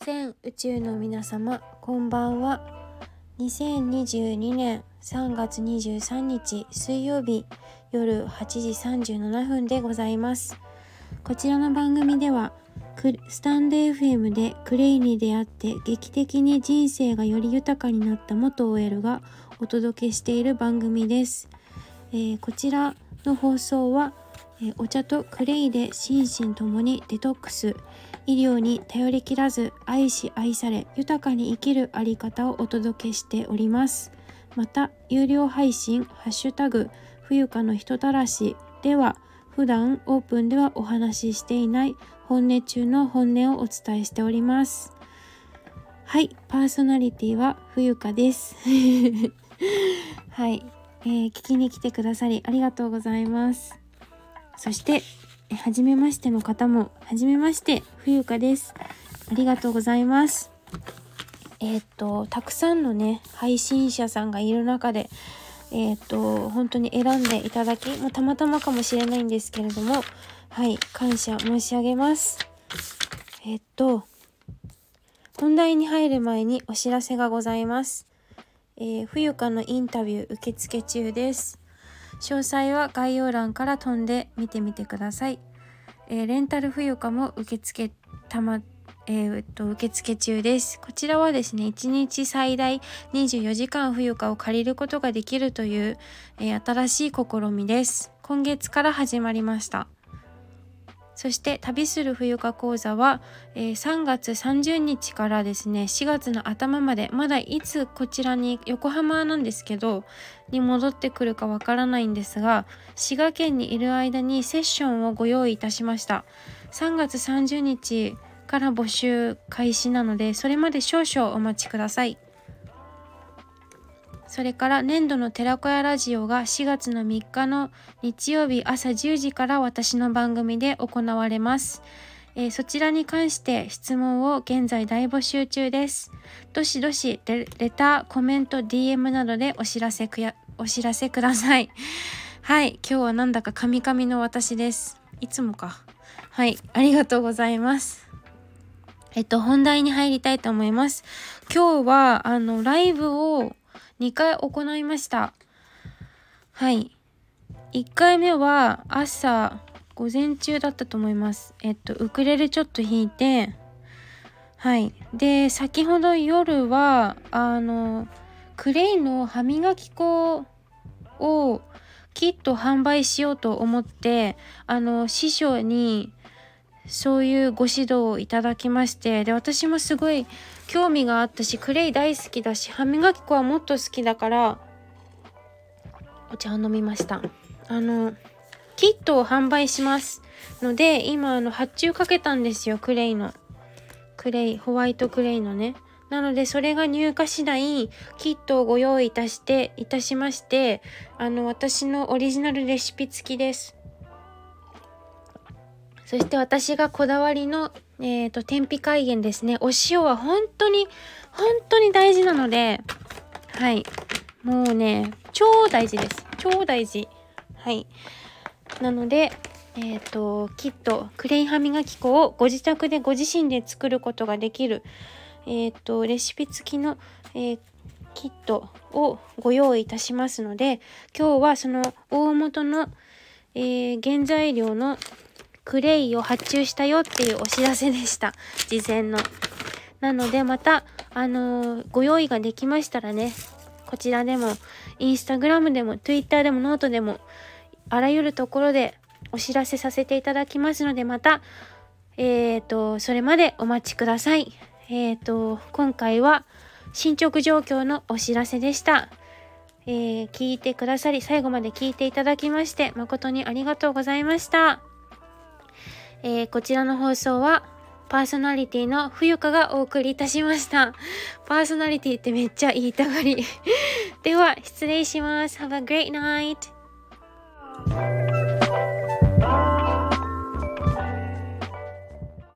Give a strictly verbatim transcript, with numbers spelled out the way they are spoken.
全宇宙の皆様、こんばんは。にせんにじゅうにねんさんがつにじゅうさんにち水曜日夜はちじさんじゅうななふんでございます。こちらの番組ではスタンド エフエム でクレイに出会って劇的に人生がより豊かになった元 オーエル がお届けしている番組です。えー、こちらの放送は、えー、お茶とクレイで心身ともにデトックス、医療に頼り切らず愛し愛され豊かに生きるあり方をお届けしております。また有料配信ハッシュタグ冬香の人たらしでは普段オープンではお話ししていない本音中の本音をお伝えしております。はい、パーソナリティは冬香ですはい、えー、聞きに来てくださりありがとうございます。そしてはじめましての方もはじめまして、冬香です。ありがとうございます。えっとたくさんのね配信者さんがいる中でえっと本当に選んでいただき、もうたまたまかもしれないんですけれども、はい感謝申し上げます。えっと本題に入る前にお知らせがございます。えー、冬香のインタビュー受付中です。詳細は概要欄から飛んで見てみてください。えー、レンタル冬香も受付たま、えー、っと受付中です。こちらはですね、いちにち最大にじゅうよじかん冬香を借りることができるという、えー、新しい試みです。今月から始まりました。そして旅する冬香講座は、えー、さんがつさんじゅうにちからですねしがつの頭まで、まだいつこちらに横浜なんですけどに戻ってくるかわからないんですが、滋賀県にいる間にセッションをご用意いたしました。さんがつさんじゅうにちから募集開始なので、それまで少々お待ちください。それから年度の寺子屋ラジオがしがつのみっかの日曜日朝じゅうじから私の番組で行われます。えー、そちらに関して質問を現在大募集中です。どしどしレター、コメント、ディーエム などでお知らせくやお知らせください。はい、今日はなんだかカミカミの私です。いつもか。はい、ありがとうございます。えっと本題に入りたいと思います。今日はあのライブをにかい行いました。はい。いっかいめは朝午前中だったと思います。えっとウクレレちょっと弾いて、はい。で先ほど夜はあのクレイの歯磨き粉をキット販売しようと思って、あの師匠にそういうご指導をいただきまして、で私もすごい興味があったし、クレイ大好きだし、歯磨き粉はもっと好きだからお茶を飲みました。あのキットを販売しますので、今あの発注かけたんですよ。クレイのクレイホワイトクレイのね。なのでそれが入荷次第キットをご用意いたしていたしまして、あの私のオリジナルレシピ付きです。そして私がこだわりの、えーと、天日海塩ですね。お塩は本当に本当に大事なので、はい、もうね超大事です。超大事。はい。なので、えーとキットクレイ歯磨き粉をご自宅でご自身で作ることができる、えーとレシピ付きの、えー、キットをご用意いたしますので、今日はその大元の、えー、原材料のクレイを発注したよっていうお知らせでした。事前の。なのでまたあのー、ご用意ができましたらね、こちらでもインスタグラムでも Twitter でもノートでもあらゆるところでお知らせさせていただきますので、またえーとそれまでお待ちください。えーと今回は進捗状況のお知らせでした。えー、聞いてくださり最後まで聞いていただきまして誠にありがとうございました。えー、こちらの放送はパーソナリティの冬香がお送りいたしました。パーソナリティってめっちゃ言いたがりでは失礼します。Have a great night.